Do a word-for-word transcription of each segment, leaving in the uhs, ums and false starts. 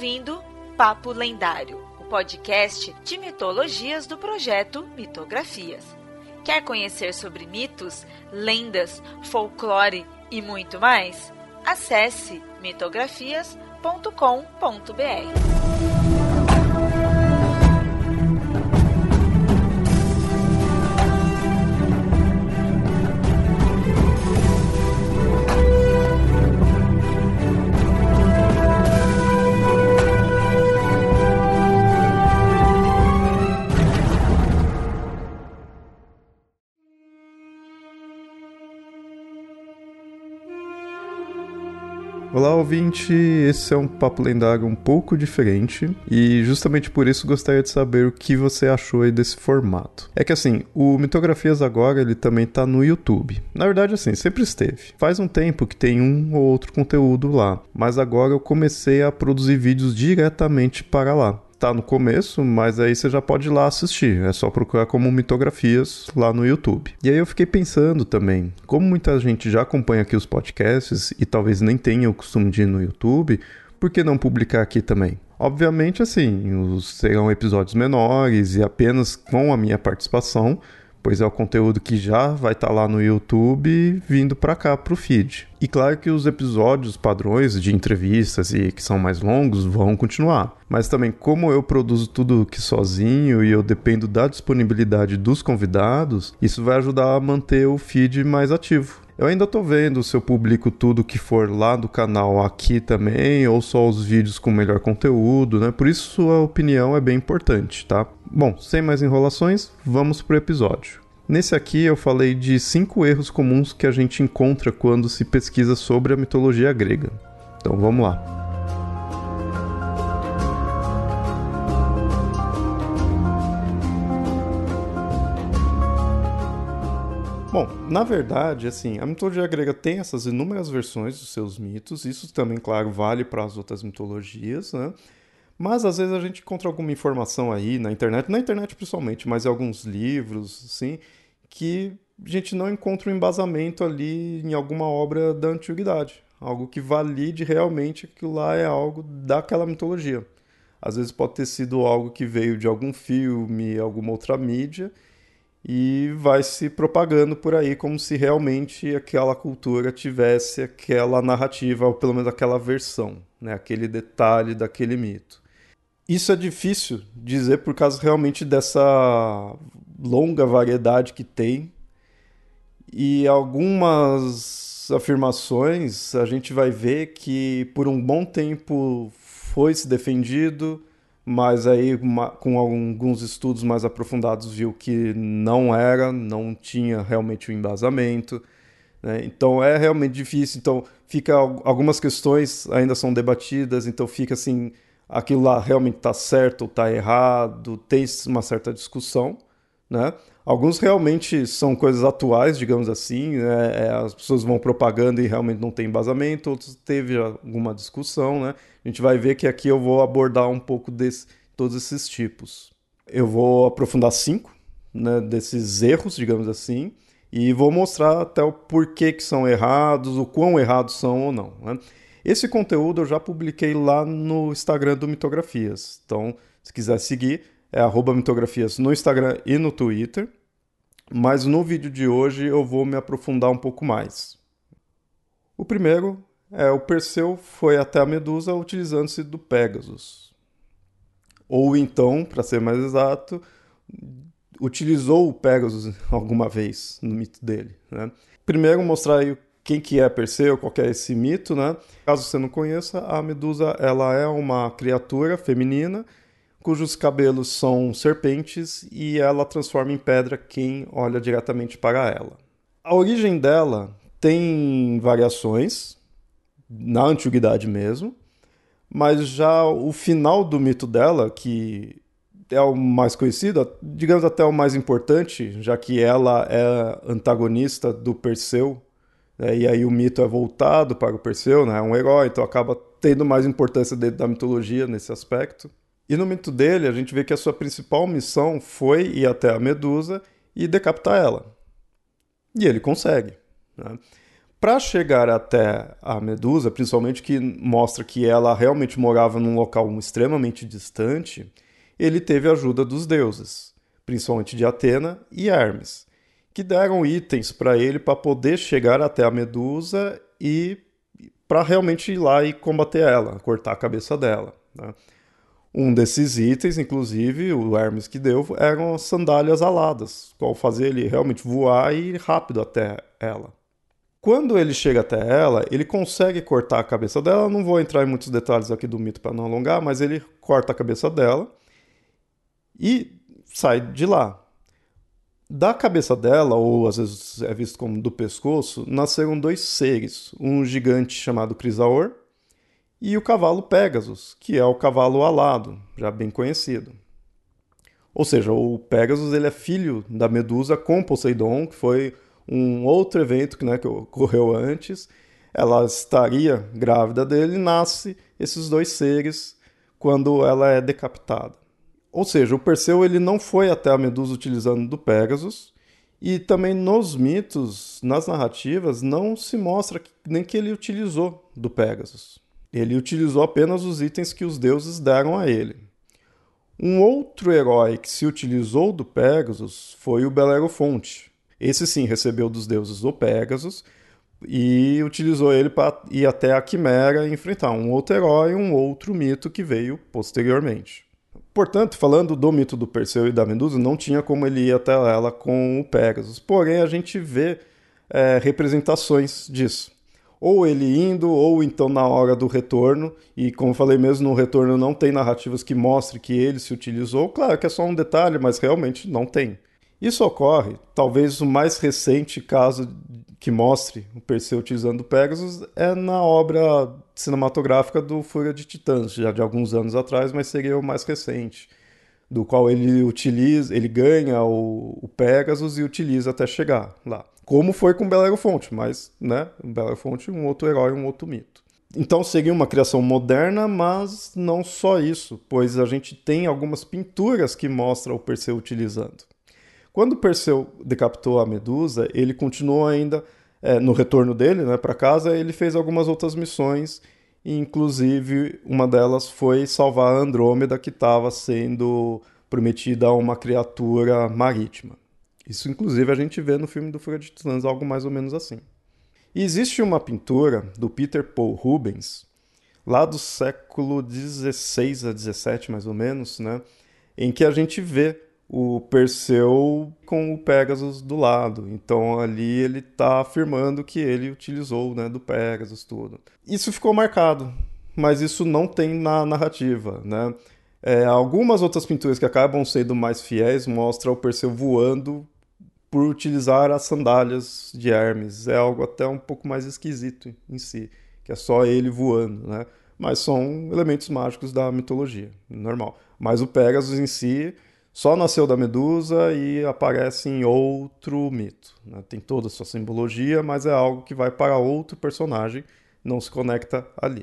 ouvindo Papo Lendário, o podcast de mitologias do projeto Mitografias. Quer conhecer sobre mitos, lendas, folclore e muito mais? Acesse mitografias ponto com ponto b r. Olá, ouvinte! Esse é um Papo Lendário um pouco diferente e justamente por isso gostaria de saber o que você achou aí desse formato. É que assim, o Mitografias agora ele também tá no YouTube. Na verdade assim, sempre esteve. Faz um tempo que tem um ou outro conteúdo lá, mas agora eu comecei a produzir vídeos diretamente para lá. Tá no começo, mas aí você já pode ir lá assistir. É só procurar como Mitografias lá no YouTube. E aí eu fiquei pensando também, como muita gente já acompanha aqui os podcasts e talvez nem tenha o costume de ir no YouTube, por que não publicar aqui também? Obviamente, assim, os, serão episódios menores e apenas com a minha participação, pois é o conteúdo que já vai estar lá no YouTube vindo para cá, para o feed. E claro que os episódios padrões de entrevistas e que são mais longos vão continuar. Mas também, como eu produzo tudo aqui sozinho e eu dependo da disponibilidade dos convidados, isso vai ajudar a manter o feed mais ativo. Eu ainda tô vendo se eu publico tudo que for lá do canal aqui também, ou só os vídeos com melhor conteúdo, né? Por isso sua opinião é bem importante, tá? Bom, sem mais enrolações, vamos pro episódio. Nesse aqui eu falei de cinco erros comuns que a gente encontra quando se pesquisa sobre a mitologia grega. Então vamos lá. Bom, na verdade, assim, a mitologia grega tem essas inúmeras versões dos seus mitos, isso também, claro, vale para as outras mitologias, né? Mas às vezes a gente encontra alguma informação aí na internet, na internet principalmente, mas em alguns livros, assim, que a gente não encontra um embasamento ali em alguma obra da antiguidade, algo que valide realmente que aquilo lá é algo daquela mitologia. Às vezes pode ter sido algo que veio de algum filme, alguma outra mídia, e vai se propagando por aí como se realmente aquela cultura tivesse aquela narrativa, ou pelo menos aquela versão, né? Aquele detalhe daquele mito. Isso é difícil dizer por causa realmente dessa longa variedade que tem, e algumas afirmações a gente vai ver que por um bom tempo foi se defendido, mas aí com alguns estudos mais aprofundados viu que não era, não tinha realmente o embasamento, né? Então é realmente difícil, então fica, algumas questões ainda são debatidas, então fica assim, aquilo lá realmente está certo ou está errado, tem uma certa discussão, né? Alguns realmente são coisas atuais, digamos assim, né? As pessoas vão propagando e realmente não tem embasamento, outros teve alguma discussão, né? A gente vai ver que aqui eu vou abordar um pouco de todos esses tipos. Eu vou aprofundar cinco, né, desses erros, digamos assim, e vou mostrar até o porquê que são errados, o quão errados são ou não, né? Esse conteúdo eu já publiquei lá no Instagram do Mitografias, então se quiser seguir é arroba mitografias no Instagram e no Twitter, mas no vídeo de hoje eu vou me aprofundar um pouco mais. O primeiro é o Perseu foi até a Medusa utilizando-se do Pégasus. Ou então, para ser mais exato, utilizou o Pégasus alguma vez no mito dele, né? Primeiro mostrar aí quem que é Perseu, qual que é esse mito, né? Caso você não conheça, a Medusa ela é uma criatura feminina cujos cabelos são serpentes e ela transforma em pedra quem olha diretamente para ela. A origem dela tem variações, na antiguidade mesmo, mas já o final do mito dela, que é o mais conhecido, digamos até o mais importante, já que ela é antagonista do Perseu, né, e aí o mito é voltado para o Perseu, né, é um herói, então acaba tendo mais importância dentro da mitologia nesse aspecto. E no mito dele, a gente vê que a sua principal missão foi ir até a Medusa e decapitar ela. E ele consegue, né? Para chegar até a Medusa, principalmente que mostra que ela realmente morava num local extremamente distante, ele teve a ajuda dos deuses, principalmente de Atena e Hermes, que deram itens para ele para poder chegar até a Medusa e para realmente ir lá e combater ela, cortar a cabeça dela, né? Um desses itens, inclusive, o Hermes que deu, eram as sandálias aladas, qual fazia ele realmente voar e ir rápido até ela. Quando ele chega até ela, ele consegue cortar a cabeça dela. Não vou entrar em muitos detalhes aqui do mito para não alongar, mas ele corta a cabeça dela e sai de lá. Da cabeça dela, ou às vezes é visto como do pescoço, nasceram dois seres, um gigante chamado Crisaor e o cavalo Pégasus, que é o cavalo alado, já bem conhecido. Ou seja, o Pégasus ele é filho da Medusa com Poseidon, que foi um outro evento né, que ocorreu antes. Ela estaria grávida dele e nasce esses dois seres quando ela é decapitada. Ou seja, o Perseu ele não foi até a Medusa utilizando do Pégasus, e também nos mitos, nas narrativas, não se mostra nem que ele utilizou do Pégasus. Ele utilizou apenas os itens que os deuses deram a ele. Um outro herói que se utilizou do Pégasus foi o Belerofonte. Esse sim recebeu dos deuses o Pégasus e utilizou ele para ir até a Quimera e enfrentar um outro herói, um outro mito que veio posteriormente. Portanto, falando do mito do Perseu e da Medusa, não tinha como ele ir até ela com o Pégasus. Porém, a gente vê é, representações disso. Ou ele indo, ou então na hora do retorno. E como eu falei mesmo, no retorno não tem narrativas que mostrem que ele se utilizou. Claro que é só um detalhe, mas realmente não tem. Isso ocorre, talvez o mais recente caso que mostre o Perseu utilizando o Pégasus é na obra cinematográfica do Fúria de Titãs, já de alguns anos atrás, mas seria o mais recente, do qual ele utiliza, ele ganha o, o Pégasus e utiliza até chegar lá. Como foi com Belerofonte, mas, né, Belerofonte um outro herói, um outro mito. Então seria uma criação moderna, mas não só isso, pois a gente tem algumas pinturas que mostram o Perseu utilizando. Quando Perseu decapitou a Medusa, ele continuou ainda, é, no retorno dele né, para casa, ele fez algumas outras missões, e inclusive uma delas foi salvar a Andrômeda, que estava sendo prometida a uma criatura marítima. Isso, inclusive, a gente vê no filme do Fúria de Titãs, algo mais ou menos assim. E existe uma pintura do Peter Paul Rubens, lá do século dezesseis a dezessete, mais ou menos, né, em que a gente vê o Perseu com o Pégasus do lado. Então ali ele está afirmando que ele utilizou né, do Pégasus tudo. Isso ficou marcado, mas isso não tem na narrativa, né? É, algumas outras pinturas que acabam sendo mais fiéis mostram o Perseu voando por utilizar as sandálias de Hermes. É algo até um pouco mais esquisito em si, que é só ele voando, né? Mas são elementos mágicos da mitologia, normal. Mas o Pégasus em si só nasceu da Medusa e aparece em outro mito, né? Tem toda a sua simbologia, mas é algo que vai para outro personagem, não se conecta ali.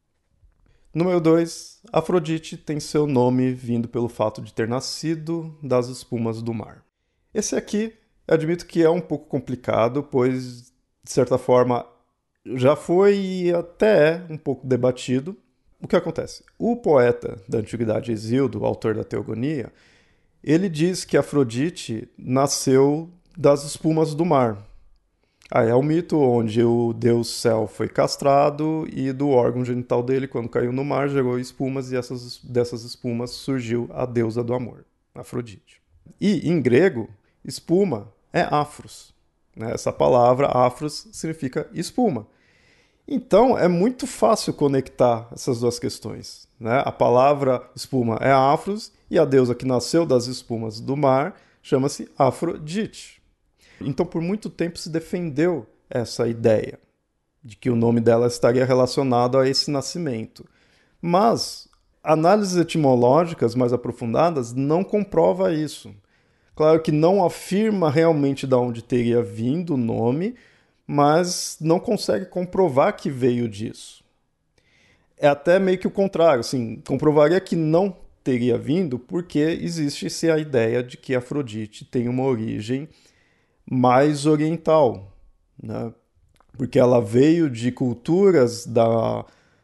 Número dois. Afrodite tem seu nome vindo pelo fato de ter nascido das espumas do mar. Esse aqui, eu admito que é um pouco complicado, pois, de certa forma, já foi e até é um pouco debatido. O que acontece? O poeta da Antiguidade Hesíodo, autor da Teogonia, ele diz que Afrodite nasceu das espumas do mar. Ah, é um mito onde o deus Céu foi castrado e do órgão genital dele, quando caiu no mar, gerou espumas e essas, dessas espumas surgiu a deusa do amor, Afrodite. E, em grego, espuma é afros. Né? Essa palavra, afros, significa espuma. Então, é muito fácil conectar essas duas questões. Né? A palavra espuma é afros e a deusa que nasceu das espumas do mar chama-se Afrodite. Então, por muito tempo se defendeu essa ideia de que o nome dela estaria relacionado a esse nascimento. Mas análises etimológicas mais aprofundadas não comprova isso. Claro que não afirma realmente de onde teria vindo o nome, mas não consegue comprovar que veio disso. É até meio que o contrário, assim, comprovaria que não teria vindo porque existe-se a ideia de que Afrodite tem uma origem mais oriental, né? porque ela veio de culturas da,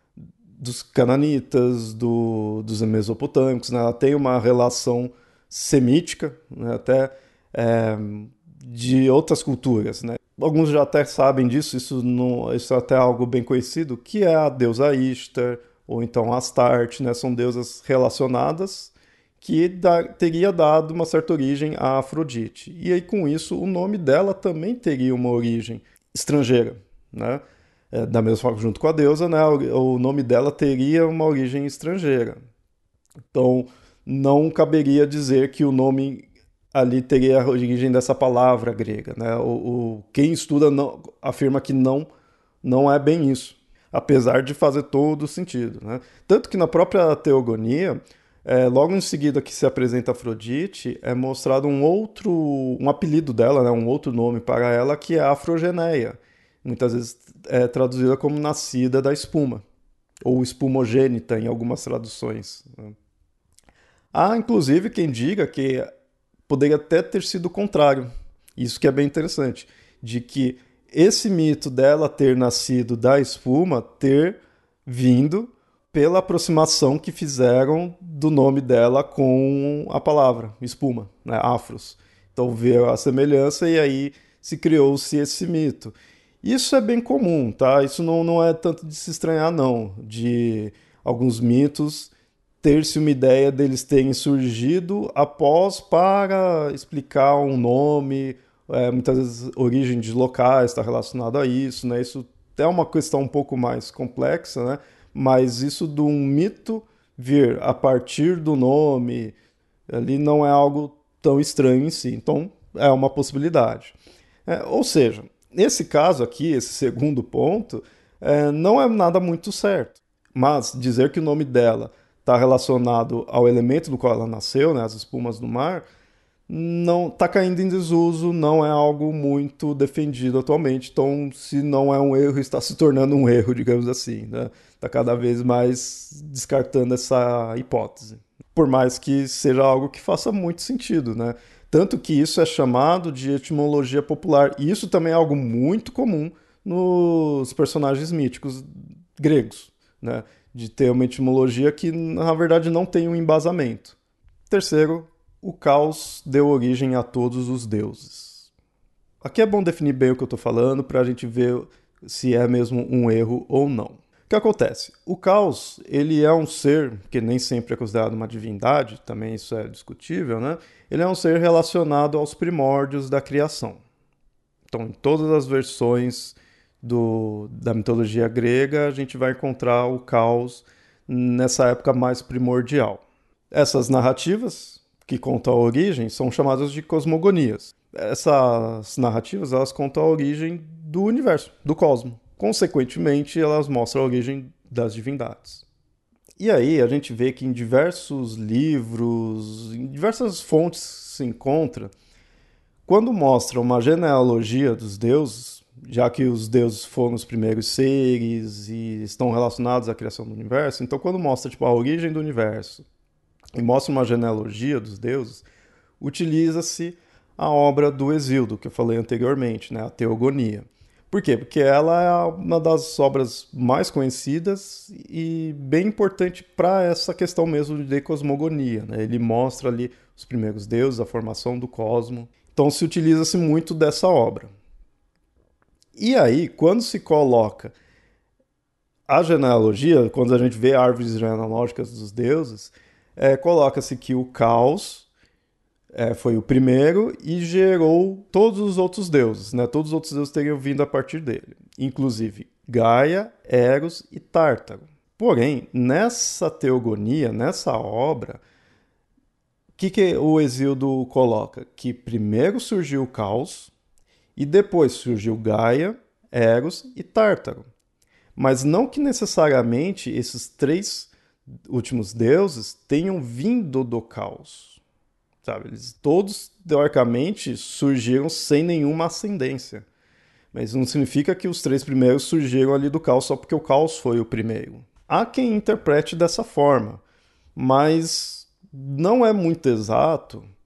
dos cananitas, do, dos mesopotâmicos, né? Ela tem uma relação semítica, né? Até é, de outras culturas, né? Alguns já até sabem disso, isso, não, isso é até algo bem conhecido, que é a deusa Ishtar, ou então Astarte, né? São deusas relacionadas que da, teria dado uma certa origem a Afrodite. E aí, com isso, o nome dela também teria uma origem estrangeira, né? É, da mesma forma, junto com a deusa, né? O, o nome dela teria uma origem estrangeira. Então, não caberia dizer que o nome ali teria a origem dessa palavra grega, né? O, o, quem estuda não, afirma que não, não é bem isso, apesar de fazer todo sentido, né? Tanto que na própria Teogonia, é, logo em seguida que se apresenta Afrodite, é mostrado um outro, um apelido dela, né? Um outro nome para ela, que é Afrogeneia, muitas vezes é traduzida como nascida da espuma, ou espumogênita em algumas traduções, né? Há, inclusive, quem diga que poderia até ter sido o contrário. Isso que é bem interessante, de que esse mito dela ter nascido da espuma ter vindo pela aproximação que fizeram do nome dela com a palavra espuma, né, afros. Então veio a semelhança e aí se criou-se esse mito. Isso é bem comum, tá? Isso não, não é tanto de se estranhar, não, de alguns mitos ter-se uma ideia deles terem surgido após para explicar um nome, é, muitas vezes origem de locais está relacionado a isso, né? Isso é uma questão um pouco mais complexa, né? Mas isso de um mito vir a partir do nome ali não é algo tão estranho em si, então é uma possibilidade. É, ou seja, nesse caso aqui, esse segundo ponto, é, não é nada muito certo, mas dizer que o nome dela está relacionado ao elemento do qual ela nasceu, né, as espumas do mar, não está caindo em desuso, não é algo muito defendido atualmente. Então, se não é um erro, está se tornando um erro, digamos assim, né? Está cada vez mais descartando essa hipótese. Por mais que seja algo que faça muito sentido, né? Tanto que isso é chamado de etimologia popular. E isso também é algo muito comum nos personagens míticos gregos, né? De ter uma etimologia que, na verdade, não tem um embasamento. Terceiro, o caos deu origem a todos os deuses. Aqui é bom definir bem o que eu estou falando para a gente ver se é mesmo um erro ou não. O que acontece? O caos, ele é um ser, que nem sempre é considerado uma divindade, também isso é discutível, né? Ele é um ser relacionado aos primórdios da criação. Então, em todas as versões do, da mitologia grega, a gente vai encontrar o caos nessa época mais primordial. Essas narrativas que contam a origem são chamadas de cosmogonias. Essas narrativas elas contam a origem do universo, do cosmos. Consequentemente, elas mostram a origem das divindades. E aí a gente vê que em diversos livros, em diversas fontes se encontra, quando mostra uma genealogia dos deuses, já que os deuses foram os primeiros seres e estão relacionados à criação do universo, então quando mostra tipo, a origem do universo e mostra uma genealogia dos deuses, utiliza-se a obra do Hesíodo, que eu falei anteriormente, né, a Teogonia. Por quê? Porque ela é uma das obras mais conhecidas e bem importante para essa questão mesmo de cosmogonia, né? Ele mostra ali os primeiros deuses, a formação do cosmos. Então se utiliza-se muito dessa obra. E aí, quando se coloca a genealogia, quando a gente vê árvores genealógicas dos deuses, é, coloca-se que o caos é, foi o primeiro e gerou todos os outros deuses, né? Todos os outros deuses teriam vindo a partir dele, inclusive Gaia, Eros e Tártaro. Porém, nessa teogonia, nessa obra, o que, que o Hesíodo coloca? Que primeiro surgiu o caos e depois surgiu Gaia, Eros e Tártaro. Mas não que necessariamente esses três últimos deuses tenham vindo do caos. Sabe? Eles todos, teoricamente, surgiram sem nenhuma ascendência. Mas não significa que os três primeiros surgiram ali do caos só porque o caos foi o primeiro. Há quem interprete dessa forma, mas não é muito exato,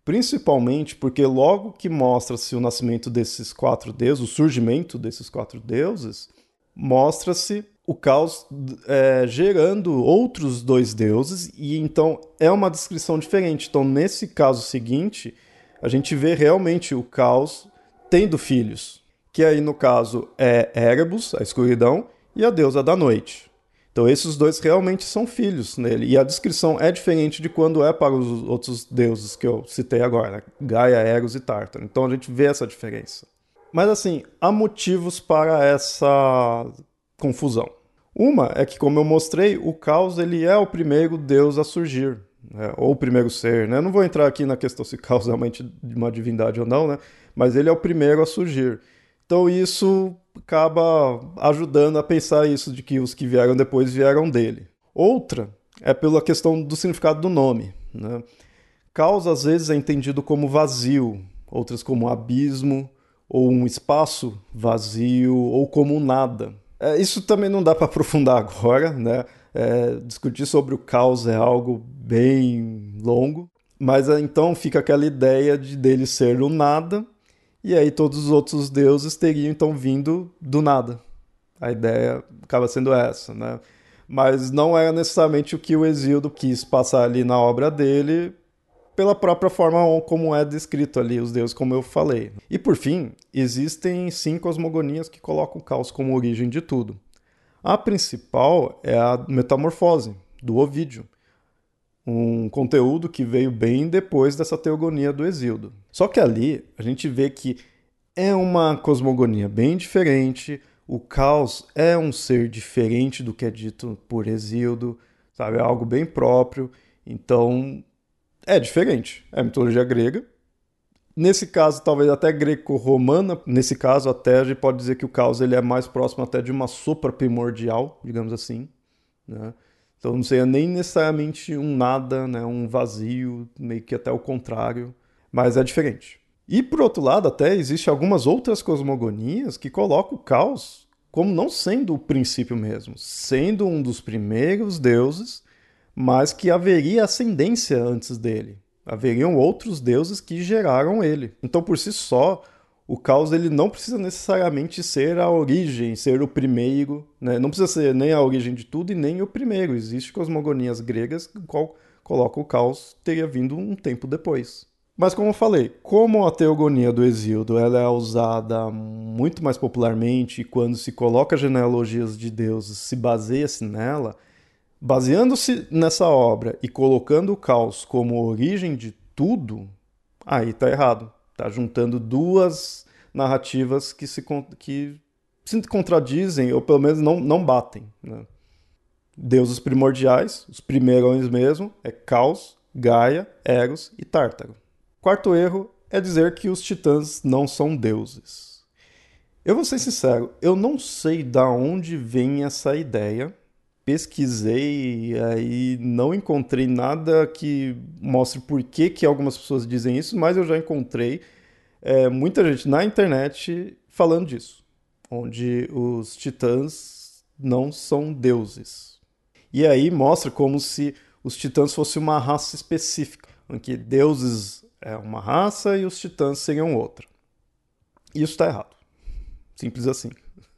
Principalmente porque logo que mostra-se o nascimento desses quatro deuses, o surgimento desses quatro deuses, mostra-se o caos é, gerando outros dois deuses, e então é uma descrição diferente. Então, nesse caso seguinte, a gente vê realmente o caos tendo filhos, que aí no caso é Erebus, a escuridão, e a deusa da noite. Então esses dois realmente são filhos nele. E a descrição é diferente de quando é para os outros deuses que eu citei agora, né? Gaia, Eros e Tártaro. Então a gente vê essa diferença. Mas assim, há motivos para essa confusão. Uma é que, como eu mostrei, o caos ele é o primeiro deus a surgir, né? Ou o primeiro ser. Né? Eu não vou entrar aqui na questão se caos é realmente de uma divindade ou não, né? Mas ele é o primeiro a surgir. Então isso acaba ajudando a pensar isso, de que os que vieram depois vieram dele. Outra é pela questão do significado do nome. Né? Caos às vezes é entendido como vazio, outras como abismo, ou um espaço vazio, ou como nada. É, isso também não dá para aprofundar agora, né? É, discutir sobre o caos é algo bem longo, mas então fica aquela ideia de dele ser o nada, e aí todos os outros deuses teriam então vindo do nada. A ideia acaba sendo essa, né? Mas não era necessariamente o que o Hesíodo quis passar ali na obra dele, pela própria forma como é descrito ali os deuses, como eu falei. E por fim, existem sim cosmogonias que colocam o caos como origem de tudo. A principal é a Metamorfose, do Ovídio, um conteúdo que veio bem depois dessa teogonia do Hesíodo. Só que ali a gente vê que é uma cosmogonia bem diferente, o caos é um ser diferente do que é dito por Hesíodo, sabe? É algo bem próprio, então é diferente, é mitologia grega. Nesse caso, talvez até greco-romana, nesse caso até a gente pode dizer que o caos ele é mais próximo até de uma sopra primordial, digamos assim, né? Então não seria nem necessariamente um nada, né? Um vazio, meio que até o contrário, mas é diferente. E por outro lado, até existem algumas outras cosmogonias que colocam o caos como não sendo o princípio mesmo, sendo um dos primeiros deuses, mas que haveria ascendência antes dele. Haveriam outros deuses que geraram ele. Então, por si só, o caos ele não precisa necessariamente ser a origem, ser o primeiro, né? Não precisa ser nem a origem de tudo e nem o primeiro. Existem cosmogonias gregas que qual colocam o caos teria vindo um tempo depois. Mas como eu falei, como a teogonia do Hesíodo ela é usada muito mais popularmente e quando se coloca genealogias de deuses se baseia-se nela, baseando-se nessa obra e colocando o caos como origem de tudo, aí tá errado. Tá juntando duas narrativas que se, que se contradizem, ou pelo menos não, não batem. Né? Deuses primordiais, os primeirões mesmo, é Caos, Gaia, Eros e Tártaro. Quarto erro é dizer que os titãs não são deuses. Eu vou ser sincero, eu não sei da onde vem essa ideia. Pesquisei e aí não encontrei nada que mostre por que, que algumas pessoas dizem isso, mas eu já encontrei é, muita gente na internet falando disso, onde os titãs não são deuses. E aí mostra como se os titãs fossem uma raça específica, em que deuses é uma raça e os titãs seriam outra. Isso está errado. Simples assim.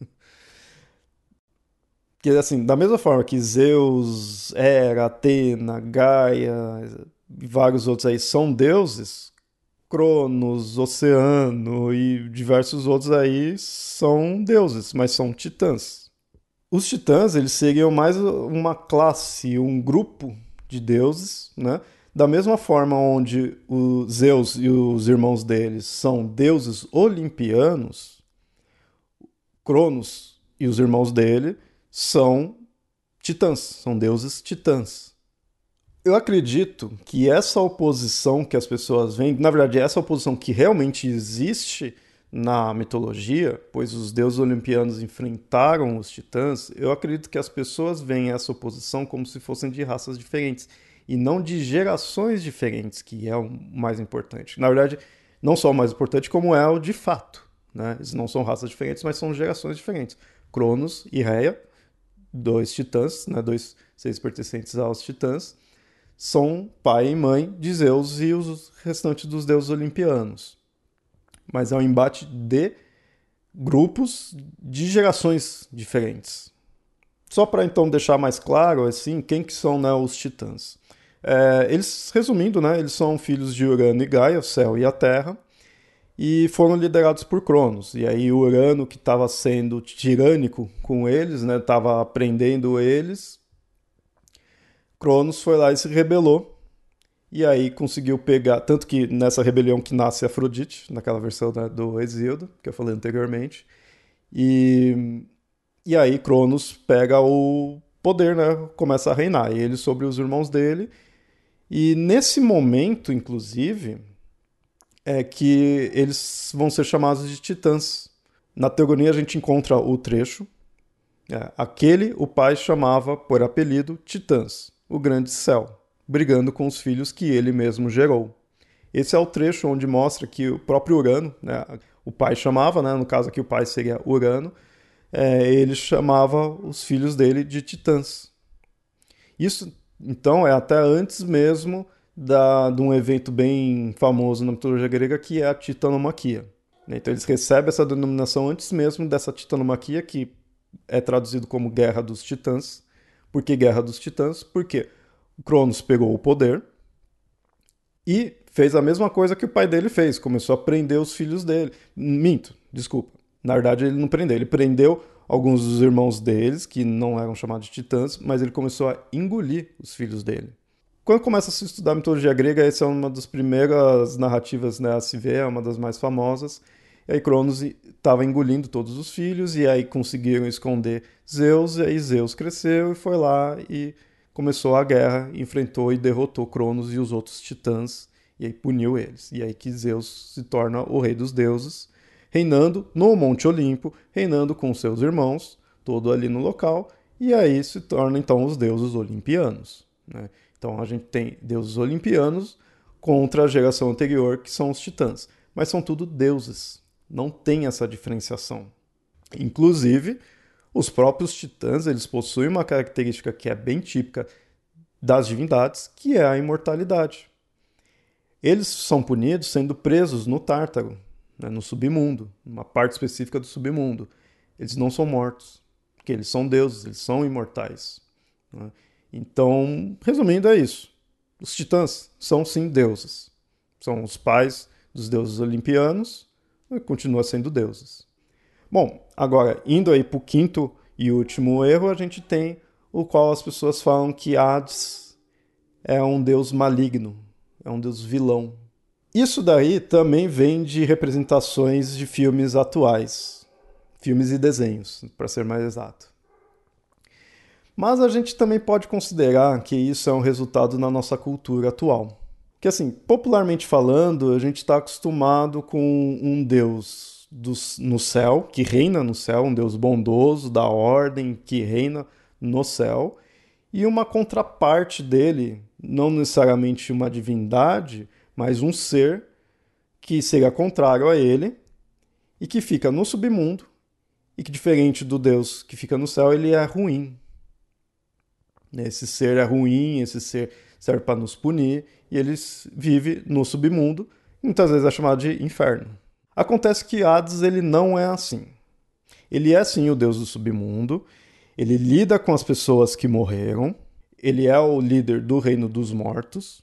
Que, assim, da mesma forma que Zeus, Hera, Atena, Gaia e vários outros aí são deuses, Cronos, Oceano e diversos outros aí são deuses, mas são titãs. Os titãs, eles seriam mais uma classe, um grupo de deuses, né? Da mesma forma onde o Zeus e os irmãos deles são deuses olimpianos, Cronos e os irmãos dele são titãs, são deuses titãs. Eu acredito que essa oposição que as pessoas veem, na verdade, essa oposição que realmente existe na mitologia, pois os deuses olimpianos enfrentaram os titãs, eu acredito que as pessoas veem essa oposição como se fossem de raças diferentes e não de gerações diferentes, que é o mais importante. Na verdade, não só o mais importante, como é o de fato. Né? Eles não são raças diferentes, mas são gerações diferentes. Cronos e Rhea, dois titãs, né, dois seres pertencentes aos titãs, são pai e mãe de Zeus e os restantes dos deuses olimpianos. Mas é um embate de grupos de gerações diferentes. Só para então deixar mais claro, assim, quem que são, né, os titãs. É, eles, resumindo, né, eles são filhos de Urano e Gaia, o céu e a terra, e foram liderados por Cronos. E aí o Urano, que estava sendo tirânico com eles, né, estava prendendo eles, Cronos foi lá e se rebelou, e aí conseguiu pegar, tanto que nessa rebelião que nasce Afrodite, naquela versão, né, do Hesíodo, que eu falei anteriormente, e, e aí Cronos pega o poder, né, começa a reinar, ele sobre os irmãos dele, e nesse momento, inclusive, é que eles vão ser chamados de titãs. Na teogonia a gente encontra o trecho, é, aquele o pai chamava por apelido titãs, o grande céu, brigando com os filhos que ele mesmo gerou. Esse é o trecho onde mostra que o próprio Urano, né, o pai chamava, né, no caso aqui o pai seria Urano, é, ele chamava os filhos dele de titãs. Isso, então, é até antes mesmo da, de um evento bem famoso na mitologia grega, que é a titanomaquia. Então eles recebem essa denominação antes mesmo dessa titanomaquia, que é traduzido como Guerra dos Titãs. Por que Guerra dos Titãs? Porque o Cronos pegou o poder e fez a mesma coisa que o pai dele fez, começou a prender os filhos dele. Minto, desculpa. Na verdade, ele não prendeu, ele prendeu alguns dos irmãos deles, que não eram chamados de titãs, mas ele começou a engolir os filhos dele. Quando começa a se estudar a mitologia grega, essa é uma das primeiras narrativas, né, a se ver, é uma das mais famosas. E aí Cronos estava engolindo todos os filhos, e aí conseguiram esconder Zeus, e aí Zeus cresceu e foi lá e começou a guerra, enfrentou e derrotou Cronos e os outros titãs, e aí puniu eles. E aí que Zeus se torna o rei dos deuses, reinando no Monte Olimpo, reinando com seus irmãos, todo ali no local, e aí se torna então os deuses olimpianos, né? Então a gente tem deuses olimpianos contra a geração anterior, que são os titãs. Mas são tudo deuses, não tem essa diferenciação. Inclusive, os próprios titãs, eles possuem uma característica que é bem típica das divindades, que é a imortalidade. Eles são punidos sendo presos no Tártaro, né, no submundo, numa parte específica do submundo. Eles não são mortos, porque eles são deuses, eles são imortais, né? Então, resumindo, é isso. Os titãs são, sim, deuses. São os pais dos deuses olimpianos e continuam sendo deuses. Bom, agora, indo aí para o quinto e último erro, a gente tem o qual as pessoas falam que Hades é um deus maligno, é um deus vilão. Isso daí também vem de representações de filmes atuais, filmes e desenhos, para ser mais exato. Mas a gente também pode considerar que isso é um resultado na nossa cultura atual. Que assim, popularmente falando, a gente está acostumado com um Deus do, no céu, que reina no céu, um Deus bondoso, da ordem, que reina no céu, e uma contraparte dele, não necessariamente uma divindade, mas um ser que seria contrário a ele e que fica no submundo e que, diferente do Deus que fica no céu, ele é ruim. Esse ser é ruim, esse ser serve para nos punir, e ele vive no submundo, muitas vezes é chamado de inferno. Acontece que Hades ele não é assim. Ele é sim o deus do submundo, ele lida com as pessoas que morreram, ele é o líder do reino dos mortos,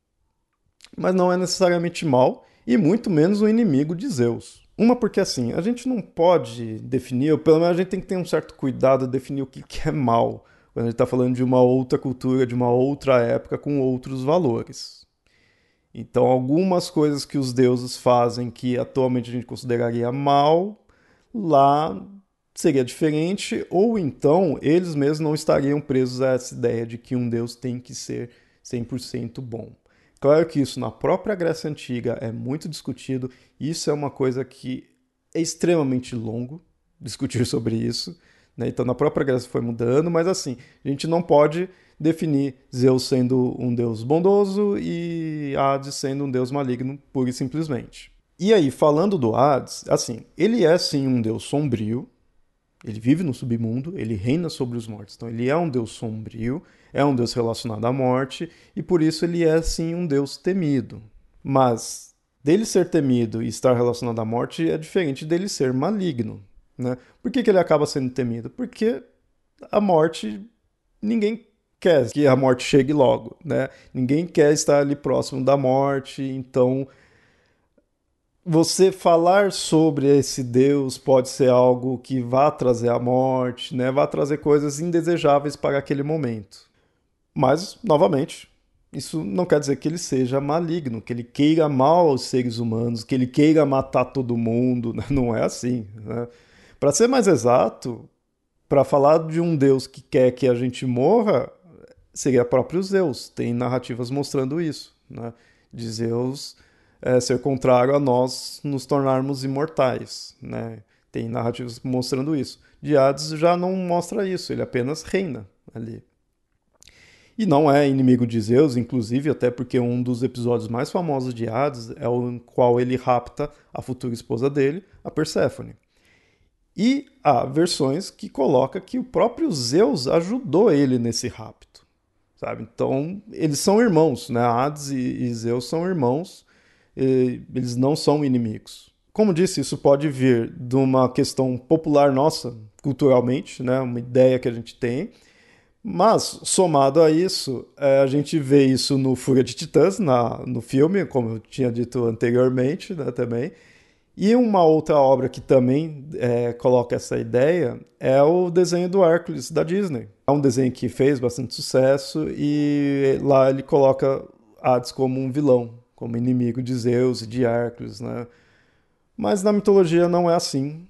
mas não é necessariamente mal, e muito menos o inimigo de Zeus. Uma porque assim, a gente não pode definir, ou pelo menos a gente tem que ter um certo cuidado de definir o que é mal, quando a gente está falando de uma outra cultura, de uma outra época, com outros valores. Então, algumas coisas que os deuses fazem que atualmente a gente consideraria mal, lá seria diferente, ou então eles mesmos não estariam presos a essa ideia de que um deus tem que ser cem por cento bom. Claro que isso na própria Grécia Antiga é muito discutido, isso é uma coisa que é extremamente longo discutir sobre isso. Então, na própria Grécia foi mudando, mas assim, a gente não pode definir Zeus sendo um deus bondoso e Hades sendo um deus maligno, pura e simplesmente. E aí, falando do Hades, assim, ele é sim um deus sombrio, Ele vive no submundo, ele reina sobre os mortos. Então ele é um Deus sombrio, é um Deus relacionado à morte, e por isso ele é, sim, um Deus temido. Mas dele ser temido e estar relacionado à morte é diferente dele ser maligno, né? Por que que ele acaba sendo temido? Porque a morte, ninguém quer que a morte chegue logo, né? Ninguém quer estar ali próximo da morte, então você falar sobre esse Deus pode ser algo que vá trazer a morte, né? Vá trazer coisas indesejáveis para aquele momento. Mas, novamente, isso não quer dizer que ele seja maligno, que ele queira mal aos seres humanos, que ele queira matar todo mundo. Não é assim, né? Para ser mais exato, para falar de um Deus que quer que a gente morra, seria próprio Zeus. Tem narrativas mostrando isso, né? De Zeus é, ser contrário a nós nos tornarmos imortais, né? Tem narrativas mostrando isso. De Hades já não mostra isso, ele apenas reina ali. E não é inimigo de Zeus, inclusive, até porque um dos episódios mais famosos de Hades é o em qual ele rapta a futura esposa dele, a Perséfone. E há versões que colocam que o próprio Zeus ajudou ele nesse rapto, sabe? Então, eles são irmãos, né? Hades e Zeus são irmãos, eles não são inimigos. Como disse, isso pode vir de uma questão popular nossa, culturalmente, né? Uma ideia que a gente tem. Mas, somado a isso, a gente vê isso no Fúria de Titãs, na, no filme, como eu tinha dito anteriormente, né, também. E uma outra obra que também é, coloca essa ideia é o desenho do Hércules, da Disney. É um desenho que fez bastante sucesso e lá ele coloca Hades como um vilão, como inimigo de Zeus e de Hércules, né? Mas na mitologia não é assim.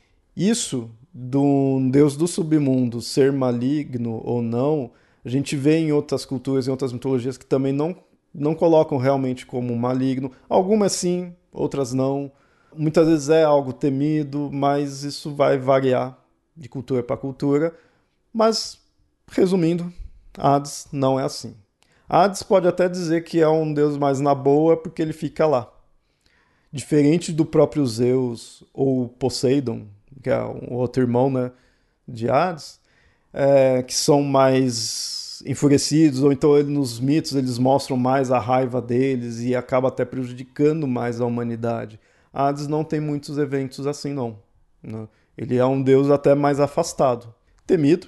Isso do deus do submundo ser maligno ou não, a gente vê em outras culturas, em outras mitologias que também não, não colocam realmente como maligno. Algumas sim, outras não. Muitas vezes é algo temido, mas isso vai variar de cultura para cultura. Mas, resumindo, Hades não é assim. Hades pode até dizer que é um deus mais na boa porque ele fica lá. Diferente do próprio Zeus ou Poseidon, que é um outro irmão, né, de Hades, é, que são mais enfurecidos, ou então ele, nos mitos eles mostram mais a raiva deles e acaba até prejudicando mais a humanidade. Hades não tem muitos eventos assim, não, né? Ele é um deus até mais afastado, temido,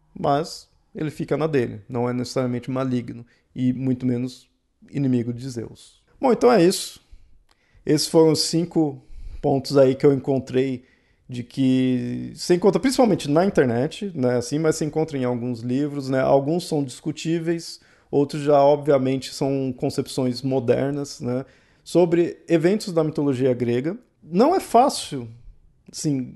mas ele fica na dele, não é necessariamente maligno e muito menos inimigo de Zeus. Bom, então é isso. Esses foram os cinco pontos aí que eu encontrei de que se encontra principalmente na internet, né, assim, mas se encontra em alguns livros, né, alguns são discutíveis, outros já obviamente são concepções modernas, né, sobre eventos da mitologia grega. Não é fácil, assim,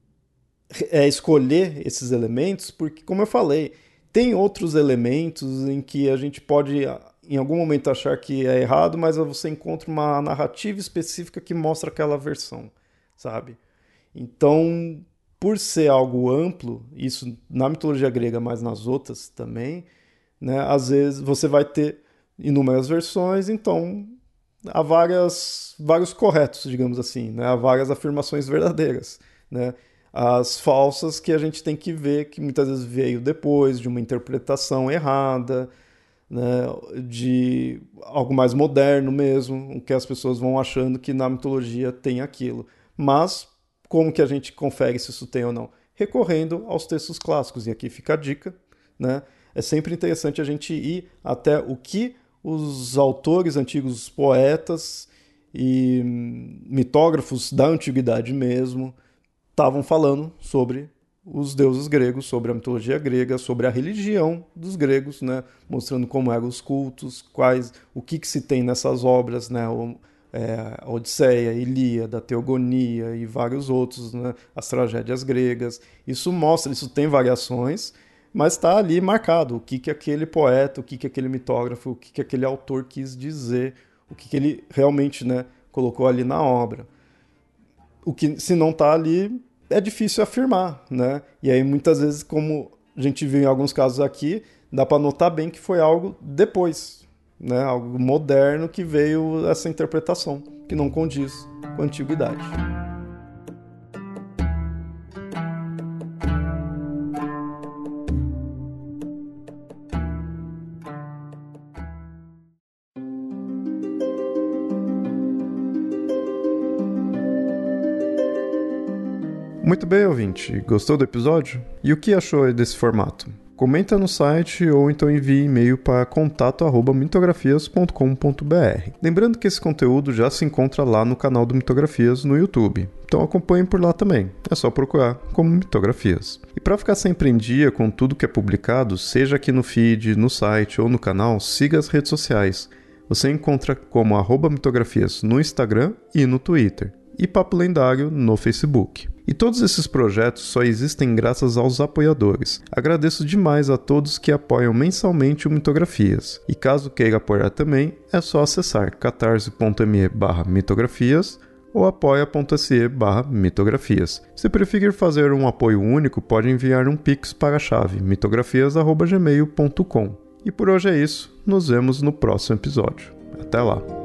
é, escolher esses elementos, porque, como eu falei, tem outros elementos em que a gente pode em algum momento achar que é errado, mas você encontra uma narrativa específica que mostra aquela versão, sabe? Então, por ser algo amplo, isso na mitologia grega, mas nas outras também, né, às vezes você vai ter inúmeras versões, então há várias, vários corretos, digamos assim, né, há várias afirmações verdadeiras, né, as falsas que a gente tem que ver que muitas vezes veio depois de uma interpretação errada, né, de algo mais moderno mesmo, que as pessoas vão achando que na mitologia tem aquilo, mas como que a gente confere se isso tem ou não? Recorrendo aos textos clássicos. E aqui fica a dica, né? É sempre interessante a gente ir até o que os autores antigos, os poetas e mitógrafos da antiguidade mesmo estavam falando sobre os deuses gregos, sobre a mitologia grega, sobre a religião dos gregos, né? Mostrando como eram os cultos, quais, o que, que se tem nessas obras, né? O, É, a Odisseia, a Ilíada, a Teogonia e vários outros, né? As tragédias gregas. Isso mostra, isso tem variações, mas está ali marcado o que, que aquele poeta, o que, que aquele mitógrafo, o que, que aquele autor quis dizer, o que, que ele realmente, né, colocou ali na obra. O que, se não está ali, é difícil afirmar, né? E aí, muitas vezes, como a gente viu em alguns casos aqui, dá para notar bem que foi algo depois, né, algo moderno que veio essa interpretação, que não condiz com a antiguidade. Muito bem, ouvinte. Gostou do episódio? E o que achou desse formato? Comenta no site ou então envie e-mail para contato arroba mitografias ponto com ponto b r. Lembrando que esse conteúdo já se encontra lá no canal do Mitografias no YouTube. Então acompanhem por lá também. É só procurar como Mitografias. E para ficar sempre em dia com tudo que é publicado, seja aqui no feed, no site ou no canal, siga as redes sociais. Você encontra como arroba mitografias no Instagram e no Twitter. E Papo Lendário no Facebook. E todos esses projetos só existem graças aos apoiadores. Agradeço demais a todos que apoiam mensalmente o Mitografias. E caso queira apoiar também, é só acessar catarse ponto me barra mitografias ou apoia.se barra mitografias. Se preferir fazer um apoio único, pode enviar um pix para a chave mitografias arroba gmail ponto com. E por hoje é isso, nos vemos no próximo episódio. Até lá!